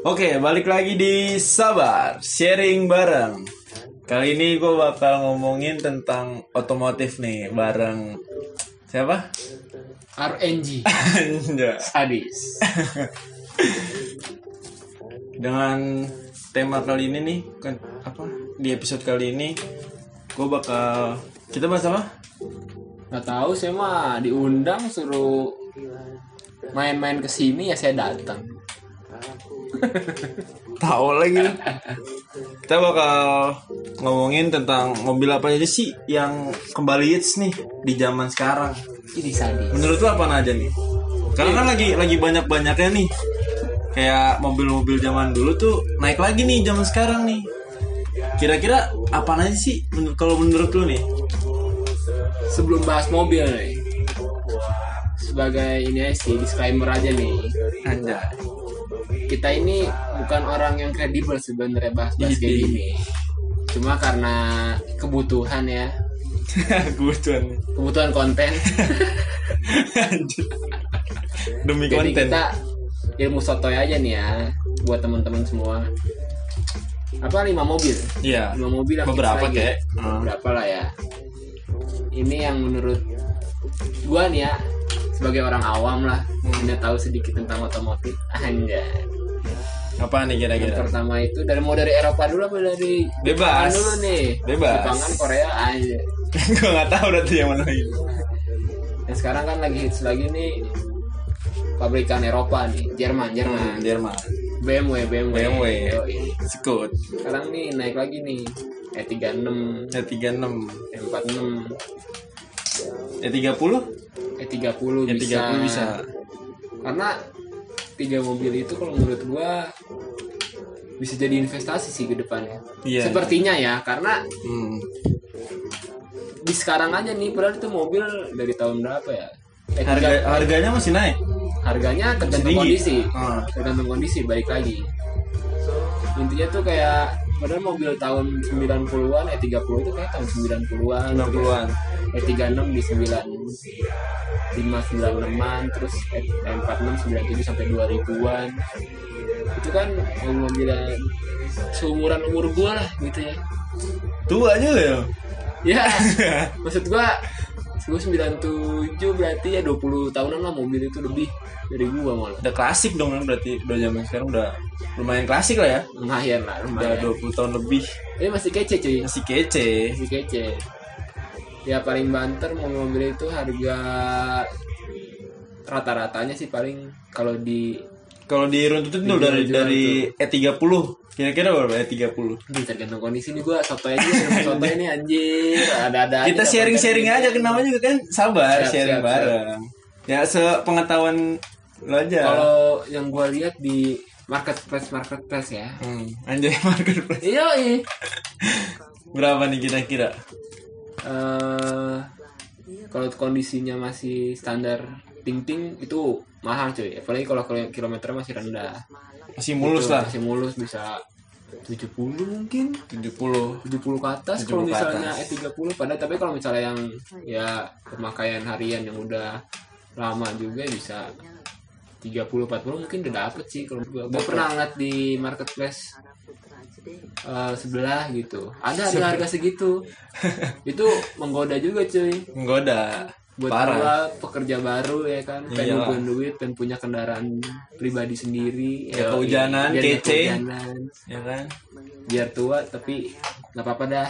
Oke, balik lagi di Sabar Sharing Bareng. Kali ini gue bakal ngomongin tentang otomotif nih bareng siapa? RNG Anjay. Sadis. Dengan tema kali ini nih kan apa? Di episode kali ini gue bakal kita bahas apa? Gak tahu, saya mah diundang suruh main-main ke sini ya saya datang. Tahu lagi. Kita bakal ngomongin tentang mobil apa aja sih yang kembali hits nih di zaman sekarang. Ini sadis. Menurut lu apa aja nih? Karena kan lagi banyak-banyaknya nih. Kayak mobil-mobil zaman dulu tuh naik lagi nih zaman sekarang nih. Kira-kira apa aja sih kalau menurut lu nih? Sebelum bahas mobil nih, sebagai ini aja sih disclaimer aja nih. Anjay. Kita ini bukan orang yang kredibel sebenarnya bahas kayak gini. Cuma karena kebutuhan ya. Kebutuhan konten. Demi Jadi konten. kita ilmu sotoy aja nih ya buat teman-teman semua. Apa 5 mobil? Iya. 5 mobil yang Beberapa hits lagi. kayak. Beberapa lah ya. Ini yang menurut gua nih ya, sebagai orang awam lah, udah tahu sedikit tentang otomotif. Anjay. Apa nih Yang kira-kira? pertama itu dari Eropa dulu apa dari Bebas. Jepangan dulu nih? Bebas. Jepangan, Korea aja. Gue nggak tahu berarti yang mana lagi. Yang sekarang kan lagi hits lagi nih pabrikan Eropa nih, Jerman. Jerman. BMW. BMW. Sekut. Sekarang nih naik lagi nih E36, E36. E46, E30? E30 E30 bisa. Karena 3 mobil itu kalau menurut gua bisa jadi investasi sih ke depannya. Iya. Sepertinya ya, karena Hmm. di sekarang aja nih, padahal itu mobil dari tahun berapa ya? Harganya masih naik. Harganya tergantung Tinggi. kondisi. Ah. Tergantung kondisi, balik lagi. Intinya tuh kayak padahal mobil tahun 90-an, E30 itu kayak tahun 90-an. 90-an. E36 di 95-96an, terus E46 97 sampai 2000-an. Itu kan mobil yang seumuran umur gua lah gitu ya. Tua juga ya. Ya, maksud gua 97 berarti ya 20 tahunan lah mobil itu lebih dari gua malah. Udah klasik dong kan berarti. Udah zaman sekarang udah lumayan klasik lah ya. Lumayan lah, Udah lumayan. 20 tahun lebih. Ini masih kece cuy. Masih kece. Masih kece. Ya paling banter mobil-mobil itu harga rata-ratanya sih paling kalau Kalau diruntutin dulu dari E30. Kira-kira berapa E30? tergantung kondisi nih, gua soto aja soto ini anjir ada Kita sharing-sharing aja, kan namanya juga kan Sabar sharing Siap. bareng. Ya sepengetahuan lo aja. Kalau yang gua lihat di marketplace ya. Anjay marketplace. Iya. Berapa nih kira-kira? Kalau kondisinya masih standar ting-ting itu mahal cuy. Apalagi kalau kilometer masih rendah. Masih mulus lah. Masih mulus bisa 70 mungkin. 70 ke atas 70 kalau ke misalnya atas. E30 padahal, tapi kalau misalnya yang ya pemakaian harian yang udah lama juga bisa 30-40 mungkin udah dapet sih. Kalau gua pernah ngeliat di marketplace sebelah gitu ada harga segitu. Itu menggoda juga cuy, menggoda. buat Parah. gua pekerja baru ya kan, pengen Iyalah. ngumpulin duit, pengen punya kendaraan pribadi sendiri Ya, Yoi. kehujanan, Biar nggak kece. kehujanan, Ya kan? biar tua tapi nggak apa-apa dah.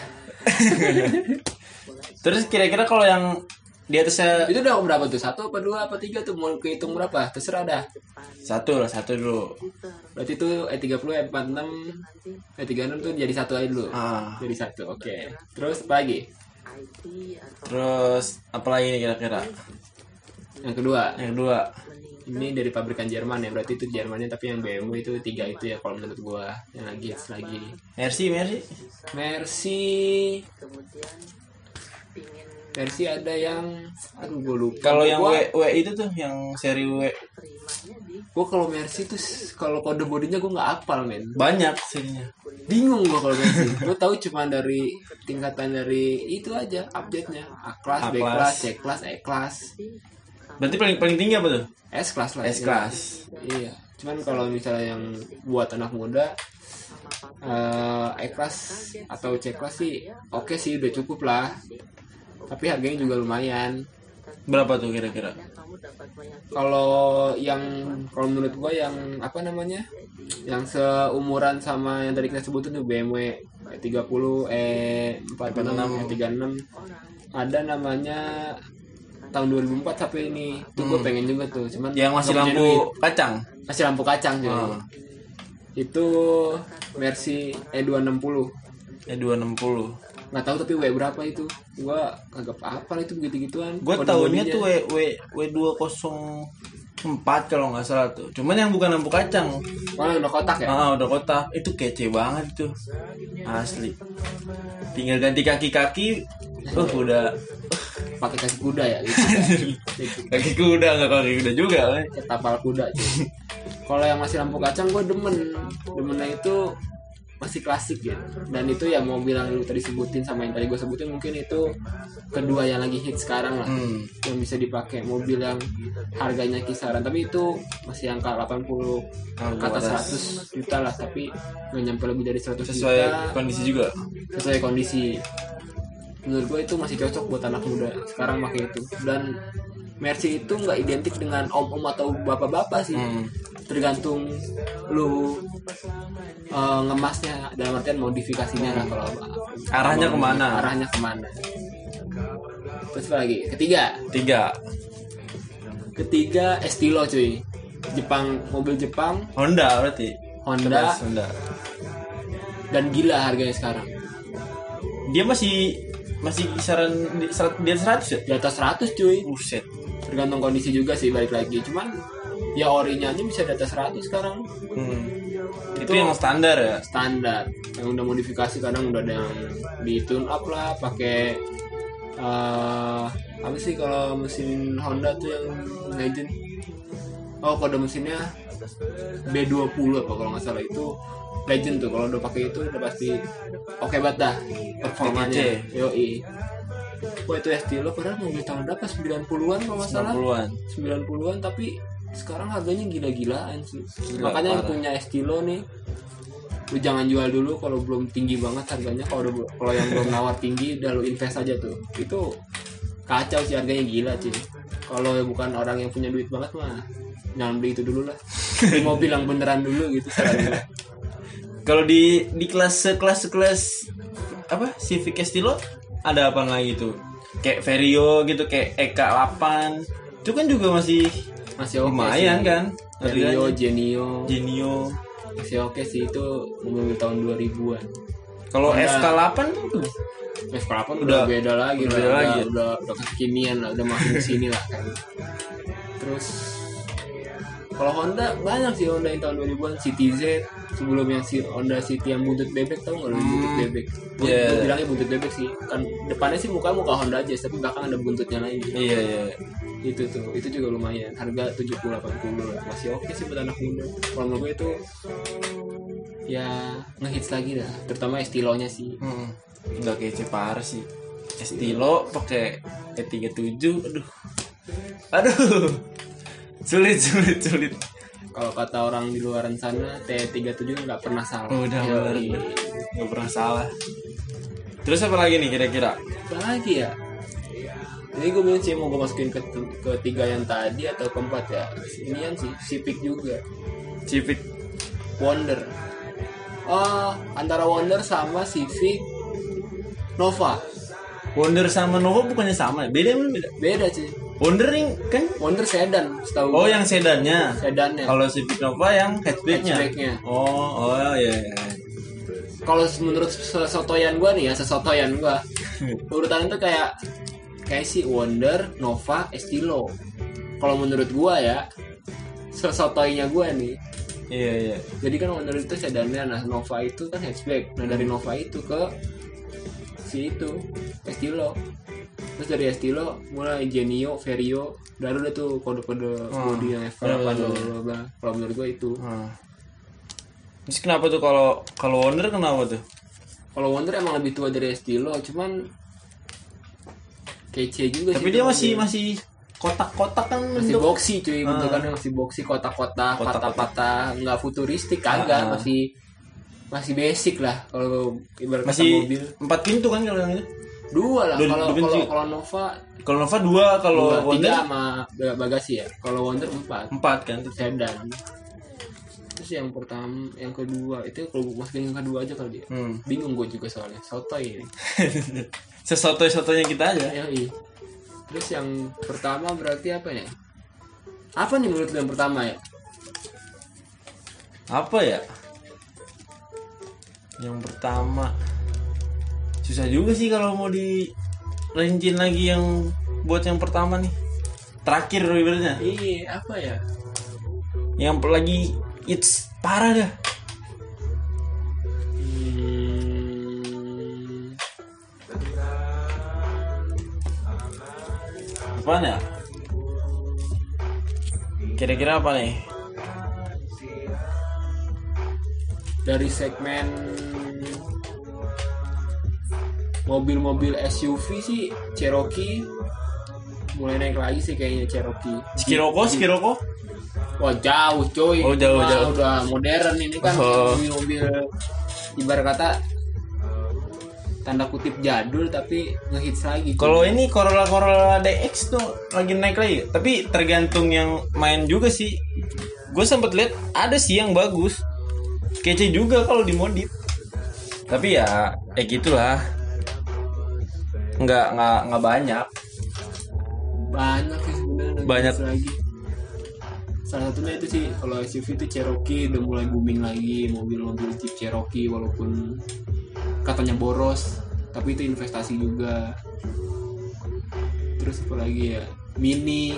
Terus kira-kira kalau yang di atasnya Itu udah berapa tuh? 1 apa 2 apa 3 tuh? Mau kehitung berapa? Terserah dah. satu dulu. Berarti itu E30, E46, E36 tuh jadi satu aja dulu. Ah. Jadi satu, oke. Terus apa lagi? Terus apa lagi nih kira-kira? Yang kedua, Yang kedua. ini dari pabrikan Jerman ya. Berarti itu Jermannya, tapi yang BMW itu 3 itu ya kalau menurut gua. Yang lagi hits lagi. Mercy ada yang aduh gua lupa. Kalau yang Gua- W itu tuh yang seri W Gua kalau Mercy tuh kalau kode bodinya gua nggak hafal men. banyak serinya. Bingung gua kalau Mercy. Gua tahu cuma dari tingkatan dari itu aja update-nya. A class, B A-class. class, C class, E class. Berarti paling paling tinggi apa tuh? S class lah. S class. Iya. Cuman kalau misalnya yang buat anak muda E class atau C class sih oke sih, udah cukup lah. Tapi harganya juga lumayan. Berapa tuh kira-kira? Kalau menurut gua yang apa namanya? Yang seumuran sama yang tadi kita sebutin tuh BMW E30, E46, E36. Ada namanya tahun 2004 sampai ini. Tuh gua pengen juga tuh, cuman Yang masih nggak punya lampu duit. kacang. Masih lampu kacang cuy. Oh. Itu Mercy E260. E260. Nggak tahu tapi W berapa itu. Gua kagak hafal itu begitu-gituan. Gue tahunya tuh W204 kalau nggak salah tuh. Cuman yang bukan lampu kacang. Udah kotak ya? Udah kotak. Itu kece banget tuh. Asli. Tinggal ganti kaki-kaki. Udah Pakai kaki kuda ya gitu. kaki kuda, nggak kaki kuda juga kan. Kayak tapal kuda cuy. Kalau yang masih lampu kacang gue demennya itu masih klasik ya. Dan itu ya mobil yang lu tadi sebutin sama yang tadi gue sebutin, mungkin itu kedua yang lagi hit sekarang lah. Yang bisa dipakai, mobil yang harganya kisaran, tapi itu masih angka 80 ke atas 100 juta lah, tapi nggak nyampe lebih dari 100 Sesuai juta. kondisi juga. Sesuai kondisi. Menurut gue itu masih cocok buat anak muda sekarang pakai itu. Dan Mercy itu nggak identik dengan om-om atau bapak-bapak sih. Tergantung lu ngemasnya, dalam artian modifikasinya lah. Kalau Arahnya kemana? Arahnya kemana? Terus apa lagi? Ketiga Estilo cuy. Jepang, mobil Jepang. Honda berarti. Honda. Honda. Dan gila harganya sekarang. Dia masih kisaran di atas 100 ya? Di atas 100 cuy. Buset. Tergantung kondisi juga sih, balik lagi. Cuman ya orinya aja bisa di atas 100 sekarang. Itu yang standar ya? Standar. Yang udah modifikasi kadang udah ada yang di tune up lah, pakai apa sih kalau mesin Honda tuh yang Legend. Kode mesinnya B20 apa kalau nggak salah, itu Legend tuh. Kalau udah pakai itu udah pasti oke banget dah performanya. Yoi. Wah itu Estilo padahal mobil tahun berapa, 90-an kalau nggak salah. 90-an tapi sekarang harganya gila-gilaan sih. Makanya yang punya Estilo nih, lu jangan jual dulu kalau belum tinggi banget harganya. Kalau yang belum nawar tinggi udah lu invest aja tuh. Itu kacau sih, harganya gila sih. Kalau bukan orang yang punya duit banget mah jangan beli itu dulu lah. Beli mobil yang beneran dulu gitu caranya. Kalau di kelas apa Civic Estilo ada apa lagi tuh? Kayak Vario gitu, kayak EK8. Itu kan juga masih oke lumayan sih. kan? Vario, Genio. Masih oke sih, itu mobil tahun 2000-an. Kalau SK8 tuh SK8 udah beda lagi lah. Udah kekinian lah, udah masuk ke sini lah kan. Terus kalau Honda banyak sih, Honda yang tahun 2000-an, City Z, sebelum yang Honda City yang buntut bebek, tau nggak lu buntut bebek? Gue bilangnya buntut bebek sih, kan depannya sih muka Honda aja, tapi belakang ada buntutnya lagi. Iya. Itu juga lumayan, harga 70-80 lah, masih oke sih buat anak muda. Kalau menurut gue itu ya ngehits lagi dah, terutama Estilo-nya sih. Udah kece parah sih. Estilo pakai E37, aduh. Sulit. Kalau kata orang di luaran sana, T37 nggak pernah salah. Udah bener. Nggak pernah salah. Terus apa lagi nih kira-kira? Apa lagi ya? Jadi gue bingung sih mau gue masukin ke tiga yang tadi atau keempat ya. Inian sih, Civic juga. Civic Wonder. Antara Wonder sama Civic Nova. Wonder sama Nova bukannya sama ya? Beda. Beda sih. Wonder kan Wonder sedan, setahu gue. yang sedannya. Kalau Civic Nova yang hatchbacknya. Oh iya. Kalau menurut sesotoyan gue nih ya, urutan itu kayak si Wonder, Nova, Estilo. Kalau menurut gue ya, sesotoynya gue nih. Iya. Jadi kan Wonder itu sedannya, nah Nova itu kan hatchback. Nah dari Nova itu ke itu Estilo. Terus dari Estilo mulai Genio, Vario, baru udah tuh kode-kode body yang F8 bla. Kalau menurut gue itu. Terus kenapa tuh kalau Wonder kenapa tuh? Kalau Wonder emang lebih tua dari Estilo, cuman kece juga. Tapi sih. Dia masih kotak-kotak kan Masih bentuk. boxy cuy, bentukannya masih boxy, kotak-kotak, Kotak-kotak. patah-patah, nggak futuristik kagak, masih basic lah kalau ibarat kata Masih mobil. 4 pintu kan kalau yang ini. Dua lah Dua- kalau dua pintu. kalau Nova Kalau Nova 2, kalau dua, Wonder tiga sama bagasi ya. Kalau Wonder 4 4 kan. sedan. Terus yang pertama, yang kedua itu kalau masukin yang kedua aja kali dia. Bingung gue juga soalnya sotoy ini. Sesotoy-sotoynya kita aja. Iya. Terus yang pertama berarti apa ya? Apa nih menurut lu yang pertama ya? Apa ya? Yang pertama susah juga sih kalau mau di rinciin lagi yang buat yang pertama nih. Terakhir ibaratnya. Iya, apa ya? Yang lagi it's parah dah. Apaan ya? Kira-kira apa nih? Dari segmen mobil-mobil SUV sih Cherokee mulai naik lagi sih kayaknya Cherokee. Skiroko? Wah jauh coy. Oh, jauh. Wah, udah modern ini kan Oh. mobil-mobil ibarat kata tanda kutip jadul tapi ngehits lagi. Kalau ini Corolla DX tuh lagi naik lagi. Tapi tergantung yang main juga sih. Gue sempet lihat ada sih yang bagus. Kece juga kalau dimodif. Tapi ya gitulah. Nggak banyak. banyak sih sebenarnya Banyak. ngehits lagi. Salah satunya itu sih kalau SUV itu Cherokee udah mulai booming lagi, mobil-mobil Jeep Cherokee walaupun katanya boros tapi itu investasi juga. Terus apa lagi ya, Mini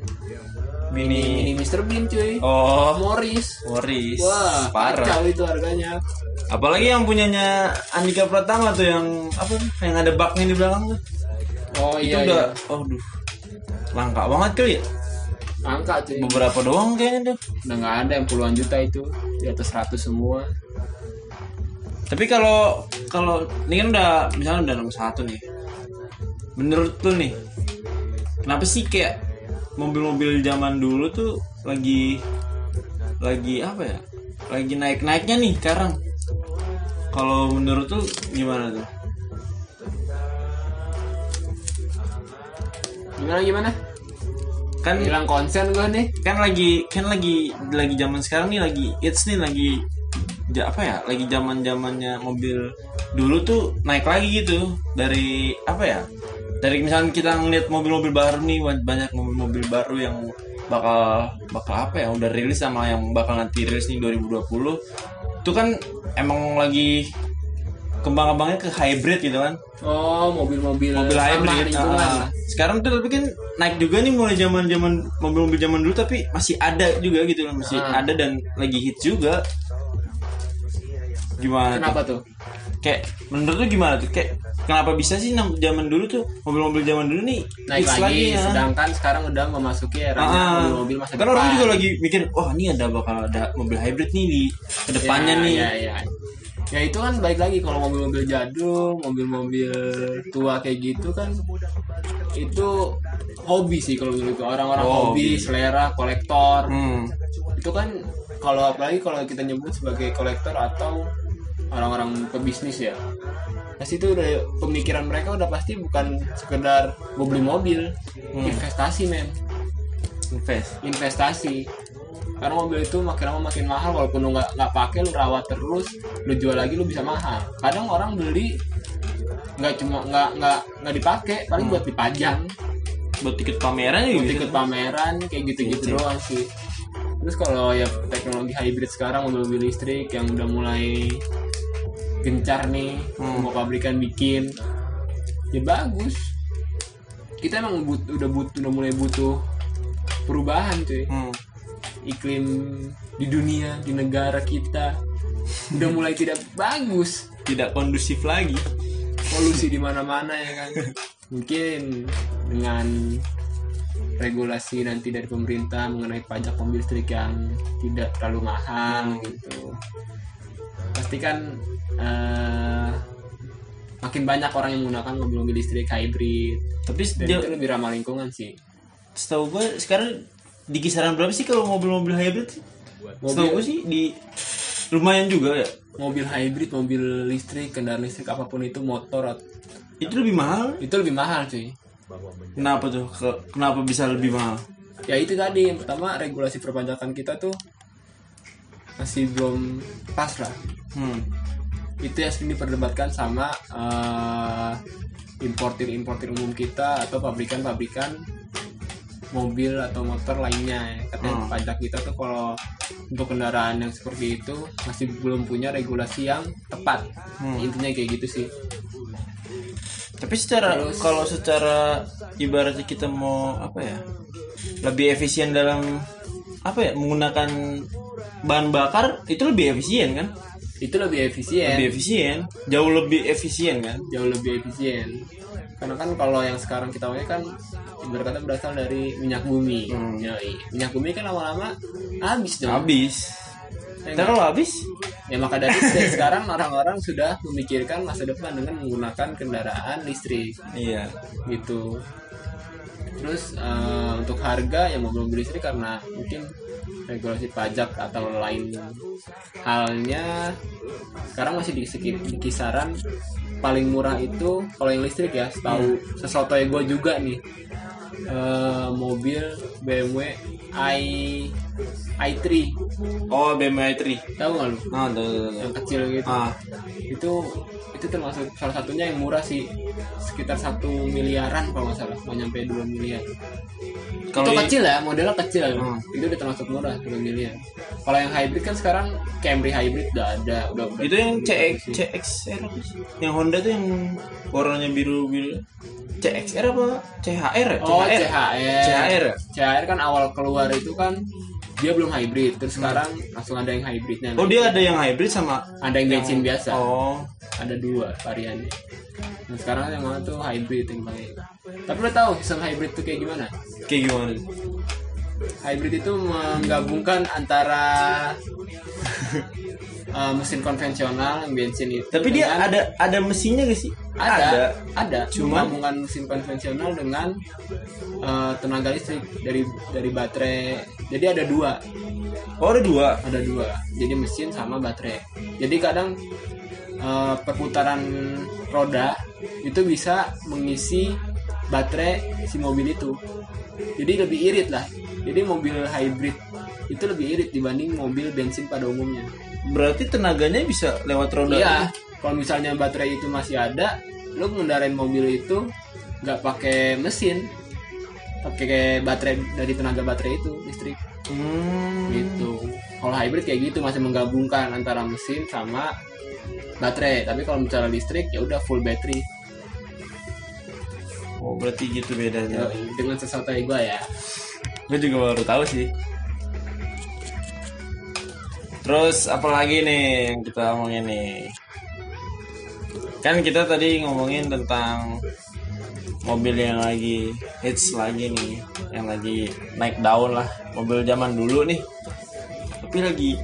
Mr. Bean cuy. Oh, Morris. Wah parah. kacau itu harganya. Apalagi yang punyanya Andika Pratama tuh yang apa? Yang ada baknya di belakang tuh. Oh Itu iya udah, iya. Langka banget kali ya. Angka cuy. Beberapa doang kayaknya tuh. Udah nggak ada yang puluhan juta itu, di atas 100 semua. Tapi kalau ini kan misalnya udah nomor 1 nih. Menurut tuh nih, kenapa sih kayak mobil-mobil zaman dulu tuh lagi apa ya? Lagi naik-naiknya nih sekarang. Kalau menurut tuh gimana tuh? Gimana? Kan Hilang konsen gue nih. kan lagi zaman sekarang nih lagi lagi apa ya, lagi zamannya mobil dulu tuh naik lagi gitu. Dari apa ya, dari misalnya kita ngeliat mobil-mobil baru nih, banyak mobil-mobil baru yang bakal apa ya, udah rilis sama yang bakal nanti rilis nih 2020 itu kan emang lagi kembang-kembangnya ke hybrid gitu kan. Oh, mobil Mobil ramah hybrid. lingkungan lah. Sekarang tuh tapi kan naik juga nih mulai zaman mobil-mobil zaman dulu, tapi masih ada juga gitu kan, masih ada dan lagi hit juga. Gimana Kenapa tuh? Kayak menurut lu gimana tuh? Kayak kenapa bisa sih zaman dulu tuh mobil-mobil zaman dulu nih Naik hits lagi, ya? sedangkan sekarang udah memasuki eranya mobil-mobil masa Kan depan. orang juga lagi mikir, wah ini bakal ada mobil hybrid nih di kedepannya nih. Ya. Ya itu kan balik lagi kalau mobil-mobil jadul, mobil-mobil tua kayak gitu kan itu hobi sih kalau menurut gue. Orang-orang hobi, selera, kolektor. Itu kan kalau apalagi kalau kita nyebut sebagai kolektor atau orang-orang pebisnis ya. Pasti itu udah pemikiran mereka udah pasti bukan sekedar mau beli mobil, investasi men. Investasi. Karena mobil itu makin lama makin mahal, walaupun lu nggak pakai, lu rawat terus, lu jual lagi lu bisa mahal. Kadang orang beli nggak dipakai, paling buat dipajang, Buat tiket pameran buat gitu. ikut pameran kayak gitu-gitu doang sih. Terus kalau ya teknologi hybrid sekarang, mobil listrik yang udah mulai gencar nih, semua pabrikan bikin, ya bagus. Kita emang udah mulai butuh perubahan cuy. Iklim di dunia, di negara kita udah mulai tidak bagus, Tidak kondusif lagi. polusi di mana-mana ya kan. Mungkin dengan regulasi nanti dari pemerintah mengenai pajak mobil listrik yang tidak terlalu mahal gitu, pasti kan makin banyak orang yang menggunakan mobil-mobil listrik hybrid. Tapi Dan itu lebih ramah lingkungan sih. setahu gue sekarang di kisaran berapa sih kalau mobil-mobil hybrid? Setahu gue sih di lumayan juga ya. Mobil hybrid, mobil listrik, kendaraan listrik apapun itu, motor Itu lebih mahal. itu lebih mahal cuy. Kenapa tuh? Kenapa bisa lebih mahal? Ya itu tadi, yang pertama regulasi perpajakan kita tuh masih belum pas lah. Itu yang sering diperdebatkan sama importir umum kita atau pabrikan mobil atau motor lainnya. Katanya pajak kita tuh kalau untuk kendaraan yang seperti itu masih belum punya regulasi yang tepat. Intinya kayak gitu sih. Tapi kalau secara ibaratnya kita mau apa ya, lebih efisien dalam apa ya, menggunakan bahan bakar itu lebih efisien kan? Itu lebih efisien. Lebih efisien, jauh lebih efisien kan? Jauh lebih efisien. Karena kan kalau yang sekarang kita pakai kan ibarat kata berasal dari minyak bumi. Minyak bumi kan lama-lama habis dong. Habis. Ntar kalau habis, ya maka dari itu sekarang orang-orang sudah memikirkan masa depan dengan menggunakan kendaraan listrik. Iya. Gitu. Terus untuk harga ya mobil listrik karena mungkin regulasi pajak atau lain halnya sekarang masih di kisaran paling murah itu kalau yang listrik ya, setahu sesuatu yang gue juga nih, mobil BMW i3. Oh, BMW i3. Tahu nggak lu? Tahu. Yang kecil gitu. Itu termasuk salah satunya yang murah sih, sekitar 1 miliaran kalau nggak salah, nggak nyampe 2 miliar. Itu kecil ya, modelnya kecil ya. Itu udah termasuk murah, 2 miliar. Kalau yang hybrid kan sekarang Camry hybrid udah ada, udah itu yang CXR apa sih? Yang Honda tuh yang warnanya biru. CXR apa? CHR ya? Oh, CHR. Ya? CHR kan awal keluar itu kan dia belum hybrid, terus sekarang langsung ada yang hybridnya. Oh, dia ada yang hybrid sama ada yang bensin biasa. Oh, ada 2 variannya. Dan sekarang yang mana tuh hybrid yang paling. Tapi lo tahu sistem hybrid tuh kayak gimana? Kayak gimana? Hybrid itu menggabungkan antara mesin konvensional yang bensin itu. Tapi dia ada mesinnya gak sih? Ada. Cuma menggabungkan mesin konvensional dengan tenaga listrik dari baterai. Jadi ada 2. Oh, ada 2. Ada 2. Jadi mesin sama baterai. Jadi kadang perputaran roda itu bisa mengisi baterai si mobil itu. Jadi lebih irit lah. Jadi mobil hybrid itu lebih irit dibanding mobil bensin pada umumnya. Berarti tenaganya bisa lewat roda. Iya. Kalau misalnya baterai itu masih ada, lo ngendarain mobil itu nggak pakai mesin, pakai baterai dari tenaga baterai itu listrik. Gitu. Kalau hybrid kayak gitu, masih menggabungkan antara mesin sama baterai. Tapi kalau misalnya listrik ya udah full battery. Oh, berarti gitu bedanya. Dengan sesuatu yang gue ya. Gue juga baru tahu sih. Terus apalagi nih yang kita omongin nih? Kan kita tadi ngomongin tentang mobil yang lagi hits lagi nih, yang lagi naik daun lah, mobil zaman dulu nih. Tapi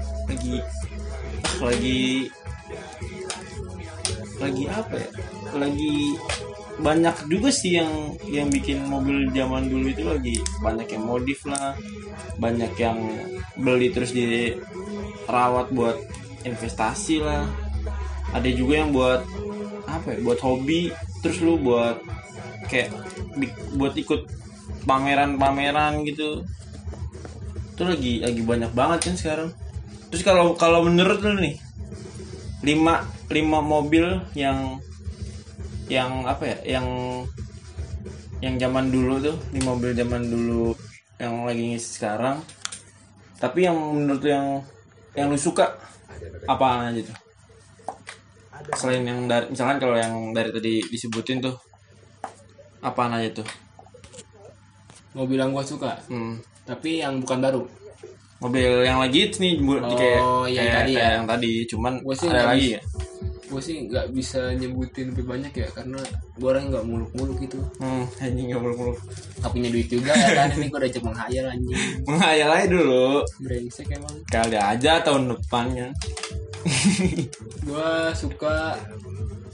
lagi apa ya? Lagi banyak juga sih yang bikin mobil zaman dulu itu lagi banyak yang modif lah, banyak yang beli terus dirawat buat investasi lah, ada juga yang buat apa ya, buat hobi, terus lu buat kayak buat ikut pameran gitu. Itu lagi banyak banget kan sekarang. Terus kalau menurut lu nih 5 mobil yang apa ya, yang zaman dulu tuh, 5 mobil zaman dulu yang lagi ngisi sekarang, tapi yang menurut yang lu suka apa aja tuh? Selain yang dari, misalkan kalau yang dari tadi disebutin tuh, apaan aja tuh? Mobil yang gua suka. Tapi yang bukan baru. Mobil yang lagi hits nih, kayak yang tadi, cuman ada lagi ya? Gue sih nggak bisa nyebutin lebih banyak ya, karena gue orang nggak muluk-muluk gitu. Anjing nggak muluk-muluk. Nggak punya duit juga ya kan, ini gue udah cuma menghayal anjing. Menghayal aja dulu. Brengsek emang. Kali aja tahun depannya. Gue suka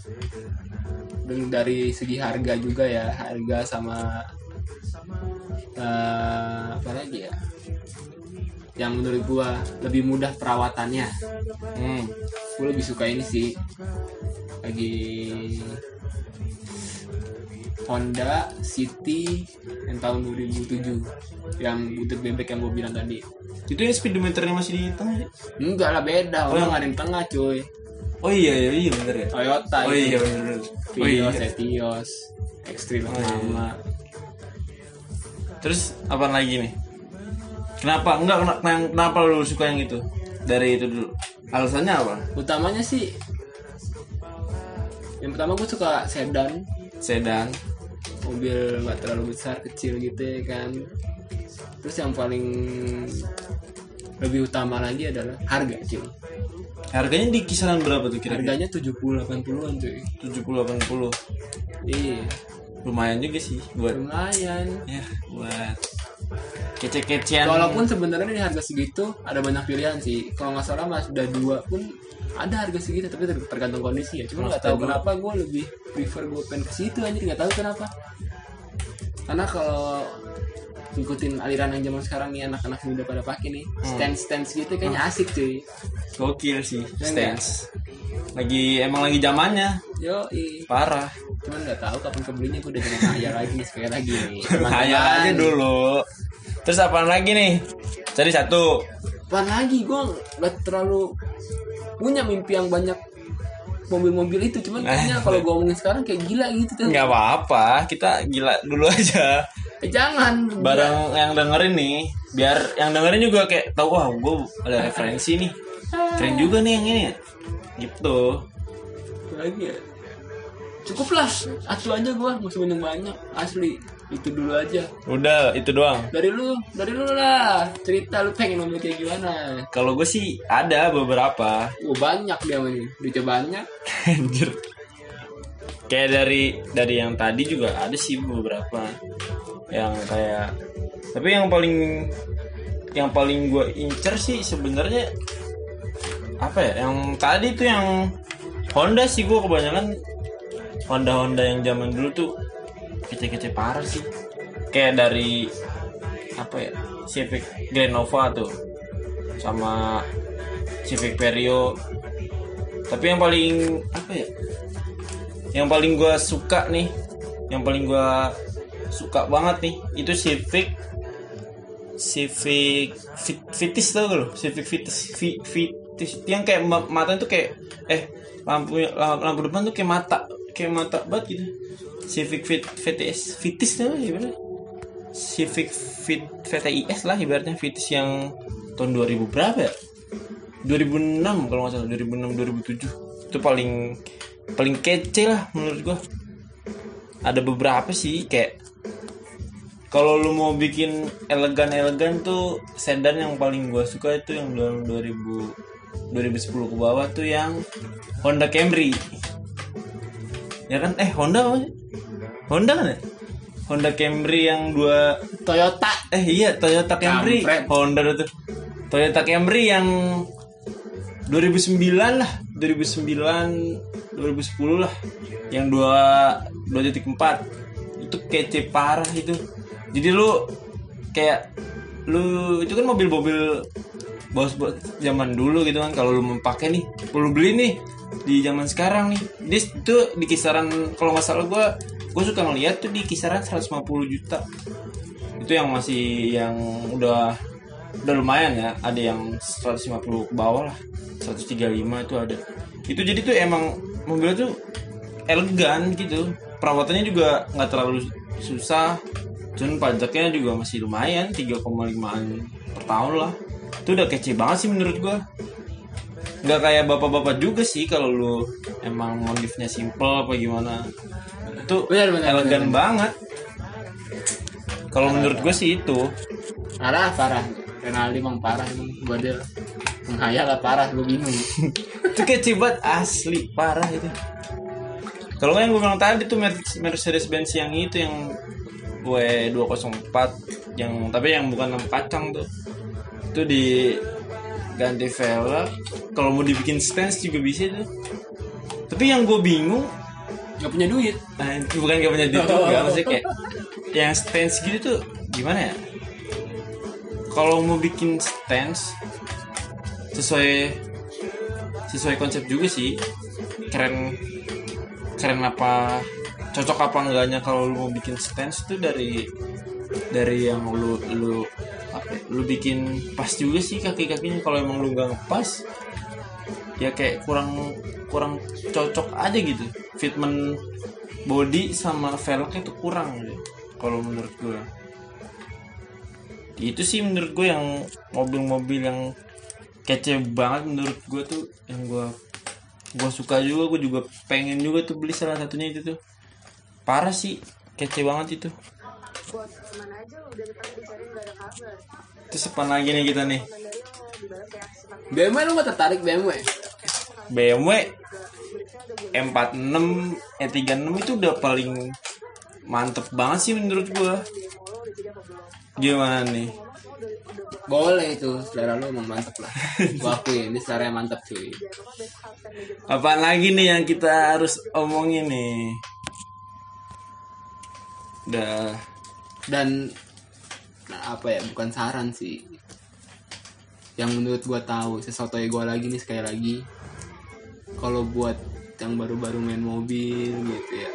dari segi harga juga ya, harga sama apa lagi ya? Yang menurut gua lebih mudah perawatannya. Gua lebih suka ini sih. Lagi Honda City yang tahun 2007 yang buntut bebek yang gue bilang tadi. Itu yang speedometernya masih di tengah ya? Enggak lah, beda. Honda nggak ada yang tengah cuy. Oh iya bener ya. Toyota Oh itu. iya bener. Vios, Etios, Extreme sama. Terus apa lagi nih? Kenapa lu suka yang itu? Dari itu dulu. Alasannya apa? Utamanya sih yang pertama gue suka sedan, mobil nggak terlalu besar, kecil gitu ya kan. Terus yang paling lebih utama lagi adalah harga cuy. Harganya di kisaran berapa tuh kira-kira? Harganya 70-80an cuy. 70-80. Iya, Lumayan juga sih buat lumayan. ya buat kece-kecean. Walaupun sebenarnya di harga segitu ada banyak pilihan sih. Kalau nggak salah Mazda 2 pun ada harga segitu, tapi tergantung kondisi ya. Cuma nggak tahu kenapa gue lebih prefer gue pengen ke situ aja, nggak tahu kenapa. Karena kalau ngikutin aliran yang zaman sekarang nih, anak-anak muda pada pakai nih stance gitu kayaknya asik cuy. Gokil sih stance. Emang lagi zamannya. Yo, Parah. cuman nggak tahu kapan kebelinya. Gue udah jadi kaya lagi sekali lagi nih. Kaya aja dulu. Terus apaan lagi nih? Cari satu. Apaan lagi? Gue nggak terlalu punya mimpi yang banyak mobil-mobil itu. Cuman kayaknya kalau gue ngomongin sekarang kayak gila gitu tuh. Nggak apa-apa, kita gila dulu aja. Jangan. Bareng yang dengerin nih, biar yang dengerin juga kayak tahu, wah gue ada referensi nih. Keren juga nih yang ini. Gitu. Lagi ya. Cukup lah, satu aja gue, masih banyak asli. Itu dulu aja. Udah, itu doang. Dari lu lah. Cerita lu pengen mobil kayak gimana? Kalau gue sih ada beberapa. Banyak dia nih. Duitnya banyak. Anjir. Kayak dari yang tadi juga ada sih beberapa. Yang kayak, tapi yang paling gue incer sih sebenarnya apa ya? Yang tadi tuh yang Honda sih, gue kebanyakan Honda yang zaman dulu tuh kece-kece parah sih. Kayak dari apa ya, Civic Grand Nova tuh sama Civic Vario. Tapi yang paling apa ya, yang paling gue suka nih, yang paling gue suka banget nih, itu Civic Vitis, tau gak lo? Civic Vitis yang kayak mata itu kayak lampu depan tuh kayak mata banget gitu. Civic Vitis tuh ibaratnya Civic VTIS lah ibaratnya. Vitis yang tahun 2000 berapa ya? 2006 kalau nggak salah, 2006 2007 itu paling kece lah menurut gua. Ada beberapa sih kayak kalau lu mau bikin elegan tuh sedan yang paling gua suka itu yang 2010 ke bawah tuh yang Honda Camry. Ya kan? Honda kan ya? Honda Camry yang Toyota. Toyota Camry. Kampret. Honda tuh. Toyota Camry yang 2009 lah, 2010 lah. Yang 2.4. Itu kece parah itu. Jadi lu itu kan mobil-mobil bos zaman dulu gitu kan. Kalau lu mau pakai nih, lu beli nih di zaman sekarang nih, dia tuh di kisaran, kalau nggak salah gue suka ngeliat tuh di kisaran 150 juta. Itu yang masih yang udah lumayan ya. Ada yang 150 ke bawah lah, 135 itu ada. Itu jadi tuh emang mobilnya tuh elegan gitu. Perawatannya juga nggak terlalu susah. Cuman pajaknya juga masih lumayan, 3,5an per tahun lah. Itu udah kece banget sih menurut gue. Nggak kayak bapak-bapak juga sih kalau lu emang modifnya simple apa gimana. Itu elegan banget. Kalau menurut gue sih itu. Parah. Renaldi emang parah emang. Gue dia menghayal lah parah, gue bingung. Itu kece banget asli, parah itu. Kalau yang gue bilang tadi tuh Mercedes-Benz yang itu yang W204 yang tapi yang bukan 6 kacang tuh. Itu diganti velg. Kalau mau dibikin stance juga bisa tuh. Tapi yang gue bingung, nggak punya duit. Nah itu bukan gak punya duit juga, maksudnya kayak yang stance gitu tuh gimana ya, kalau mau bikin stance sesuai konsep juga sih, keren apa, cocok apa enggaknya kalau lu mau bikin stance tuh dari yang lu bikin pas juga sih kaki-kakinya. Kalau emang lu nggak ngepas ya kayak kurang cocok aja gitu, fitment body sama velgnya tuh kurang gitu kalau menurut gue. Itu sih menurut gue yang mobil-mobil yang kece banget menurut gue tuh, yang gue suka juga. Gue juga pengen juga tuh beli salah satunya itu tuh, parah sih, kece banget itu. Buat kemana aja lu dari tadi dicariin gak ada kabar. Terus apa lagi nih kita nih? BMW lu gak tertarik BMW? BMW M46 E36 itu udah paling mantep banget sih menurut gua. Gimana nih? Boleh itu, selera lu emang mantep lah. Gua akuin, ini selera yang mantep cuy. Apaan lagi nih yang kita harus omongin nih? Udah. Dan apa ya, bukan saran sih, yang menurut gue tahu, sesuatu yang gue lagi nih, sekali lagi, kalau buat yang baru-baru main mobil gitu ya,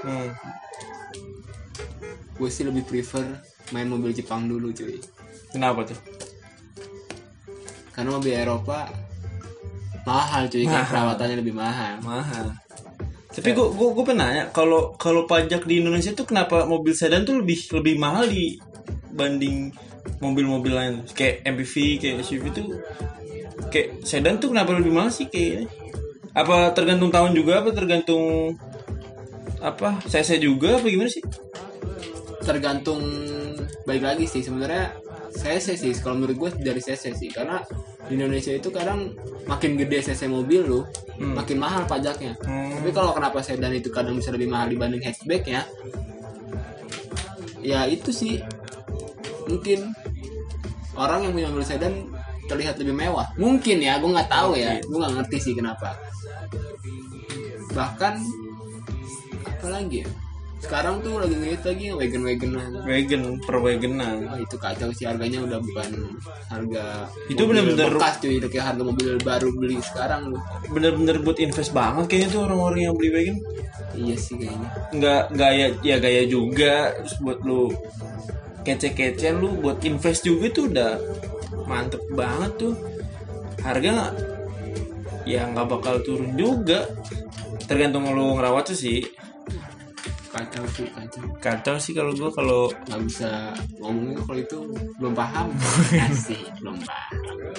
gue sih lebih prefer main mobil Jepang dulu cuy. Kenapa tuh? Karena mobil Eropa mahal cuy, kan perawatannya lebih mahal. Tapi gue pengen nanya, kalau pajak di Indonesia tuh kenapa mobil sedan tuh lebih mahal dibanding mobil-mobil lain kayak MPV, kayak SUV tuh, kayak sedan tuh kenapa lebih mahal sih kayaknya? Apa tergantung tahun juga, apa tergantung apa cc juga, apa gimana sih? Tergantung, balik lagi sih sebenarnya cc sih kalau menurut gue, dari cc sih, karena di Indonesia itu kadang makin gede cc mobil lu makin mahal pajaknya. Tapi kalau kenapa sedan itu kadang bisa lebih mahal dibanding hatchback ya itu sih mungkin orang yang punya mobil sedan terlihat lebih mewah mungkin ya, gue nggak tahu ya, gue nggak ngerti sih kenapa. Bahkan apa lagi ya, sekarang tuh lagi ngeliat lagi wagonan. Oh, itu kacau sih, harganya udah bukan harga itu bener-bener bekas cuy, udah kayak harga mobil baru beli sekarang lu. Bener-bener buat invest banget kayaknya tuh orang-orang yang beli wagon. Iya sih kayaknya. Nggak gaya juga, terus buat lu kece-kece, lu buat invest juga tuh udah mantep banget tuh. Harga nggak bakal turun juga, tergantung lu ngerawat tuh sih. Kacau sih kalau gue, kalau nggak bisa ngomongin kalau itu belum paham. Asik, belum paham.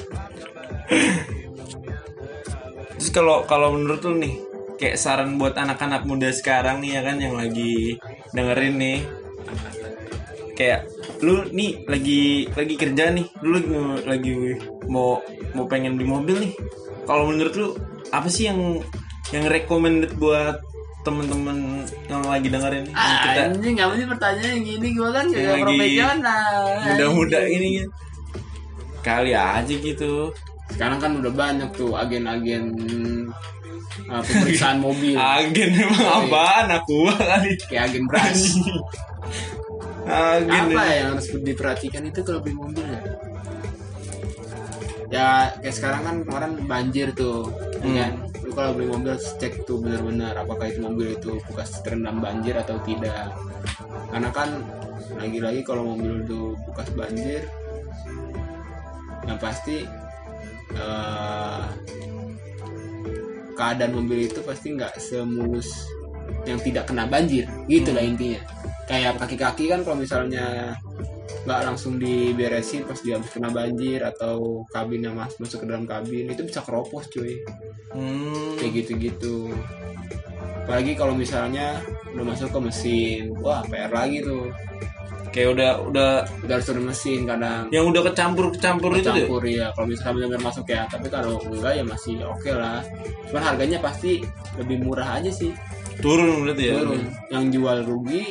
Terus kalau menurut lu nih, kayak saran buat anak-anak muda sekarang nih ya kan, yang lagi dengerin nih, kayak lu nih lagi kerja nih, lu lagi mau pengen beli mobil nih, kalau menurut lu apa sih yang recommended buat temen-temen yang lagi dengerin nih? Anjing, nggak mesti pertanyaan yang gini, gue kan gak profesional. Muda-muda ini ya. Kali aja gitu. Sekarang kan udah banyak tuh agen-agen pemeriksaan mobil. Agen emang apaan? Aku kali. Kayak agen beras. Agen apa yang harus diperhatikan itu kalau beli mobil ya? Kayak sekarang kan kemarin banjir tuh, kan? Lu kalau beli mobil cek tuh benar-benar apakah itu mobil itu bekas terendam banjir atau tidak. Karena kan lagi-lagi kalau mobil itu bekas banjir, yang pasti keadaan mobil itu pasti nggak semulus yang tidak kena banjir, gitulah intinya. Kayak kaki-kaki kan kalau misalnya nggak langsung diberesin pas dia habis kena banjir, atau kabinnya masuk ke dalam kabin, itu bisa keropos cuy. Kayak gitu-gitu. Apalagi kalau misalnya udah masuk ke mesin, wah PR lagi tuh. Kayak udah harus turun mesin kadang. Yang udah kecampur itu deh. Ya. Kalau misalnya benar masuk ya, tapi kalau enggak ya masih oke lah. Cuman harganya pasti lebih murah aja sih. Turun berarti ya. Turun. Yang jual rugi,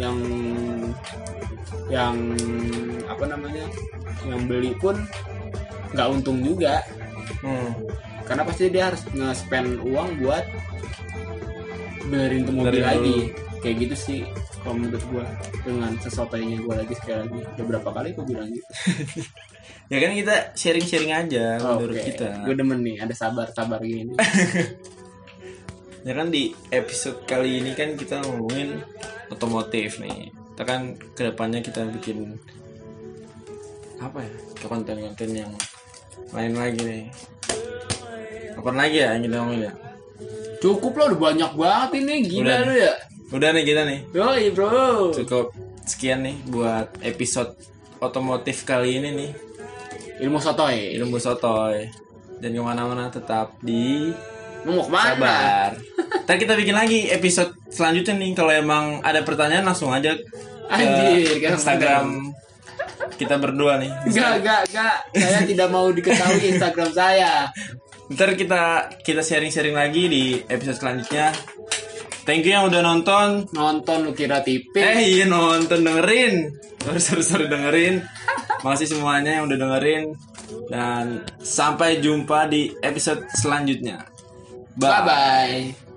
yang apa namanya, yang beli pun nggak untung juga. Karena pasti dia harus nge-spend uang buat benerin tuh mobil lagi. Kayak gitu sih. kalau menurut gue dengan sesotoynya gue lagi sekali lagi udah berapa kali gue bilang gitu. Ya kan kita sharing-sharing aja menurut kita. Gue demen nih ada sabar gini. Ya kan di episode kali ini kan kita ngomongin otomotif nih. Kita kan kedepannya kita bikin apa ya, konten-konten yang lain lagi nih. Kapan lagi ya yang kita ngomongin ya? Cukup lah, udah banyak banget ini, gila Udah lu nih. ya. Udah nih kita nih. Yoi bro. Cukup sekian nih buat episode otomotif kali ini nih. Ilmu sotoy. Ilmu sotoy. Dan kemana-mana tetap di Lu mau kemana? sabar. Ntar kita bikin lagi episode selanjutnya nih. Kalau emang ada pertanyaan langsung aja ke Anjir, kan Instagram kita berdua nih. Enggak. Saya tidak mau diketahui Instagram saya. Ntar kita sharing-sharing lagi di episode selanjutnya. Thank you yang udah nonton. Nonton lu kira tipis. Iya nonton, dengerin. Sorry dengerin. Makasih semuanya yang udah dengerin. Dan sampai jumpa di episode selanjutnya. Bye bye.